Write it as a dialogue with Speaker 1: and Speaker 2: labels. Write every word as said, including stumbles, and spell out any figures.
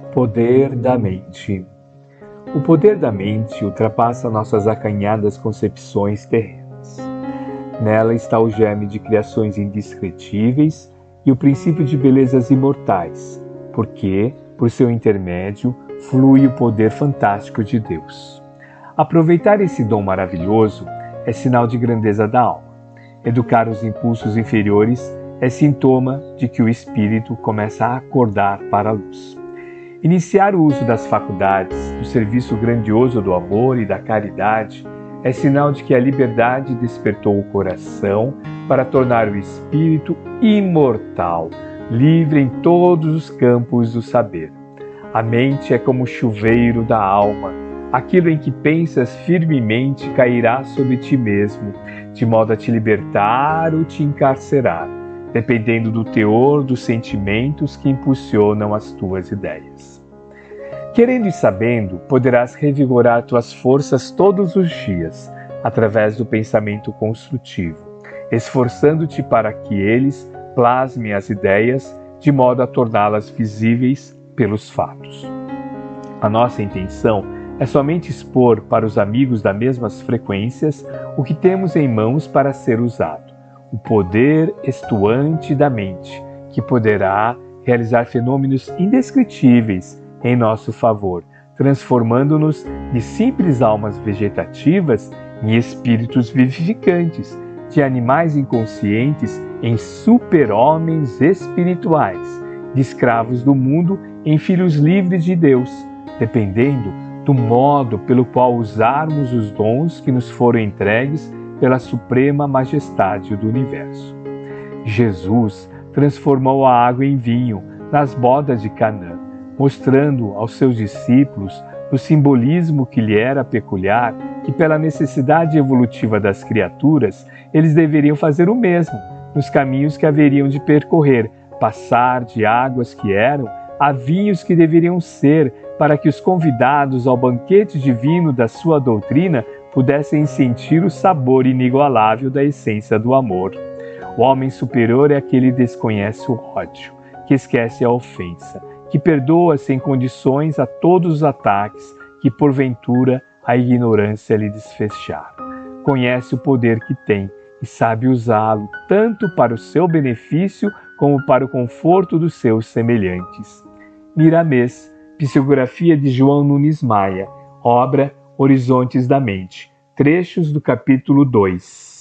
Speaker 1: Poder da mente. O poder da mente ultrapassa nossas acanhadas concepções terrenas. Nela está o germe de criações indescritíveis e o princípio de belezas imortais, porque, por seu intermédio, flui o poder fantástico de Deus. Aproveitar esse dom maravilhoso é sinal de grandeza da alma. Educar os impulsos inferiores é sintoma de que o espírito começa a acordar para a luz. Iniciar o uso das faculdades, do serviço grandioso do amor e da caridade, é sinal de que a liberdade despertou o coração para tornar o espírito imortal, livre em todos os campos do saber. A mente é como o chuveiro da alma. Aquilo em que pensas firmemente cairá sobre ti mesmo, de modo a te libertar ou te encarcerar, dependendo do teor dos sentimentos que impulsionam as tuas ideias. Querendo e sabendo, poderás revigorar tuas forças todos os dias, através do pensamento construtivo, esforçando-te para que eles plasmem as ideias, de modo a torná-las visíveis pelos fatos. A nossa intenção é somente expor para os amigos das mesmas frequências o que temos em mãos para ser usado, o poder estuante da mente, que poderá realizar fenômenos indescritíveis em nosso favor, transformando-nos de simples almas vegetativas em espíritos vivificantes, de animais inconscientes em super-homens espirituais, de escravos do mundo em filhos livres de Deus, dependendo do modo pelo qual usarmos os dons que nos foram entregues pela suprema majestade do universo. Jesus transformou a água em vinho nas bodas de Canaã, mostrando aos seus discípulos, no simbolismo que lhe era peculiar, que pela necessidade evolutiva das criaturas, eles deveriam fazer o mesmo, nos caminhos que haveriam de percorrer, passar de águas que eram a vinhos que deveriam ser, para que os convidados ao banquete divino da sua doutrina pudessem sentir o sabor inigualável da essência do amor. O homem superior é aquele que desconhece o ódio, que esquece a ofensa, que perdoa sem condições a todos os ataques que porventura a ignorância lhe desfechar. Conhece o poder que tem e sabe usá-lo tanto para o seu benefício como para o conforto dos seus semelhantes. Miramês, psicografia de João Nunes Maia, obra Horizontes da Mente, trechos do capítulo dois.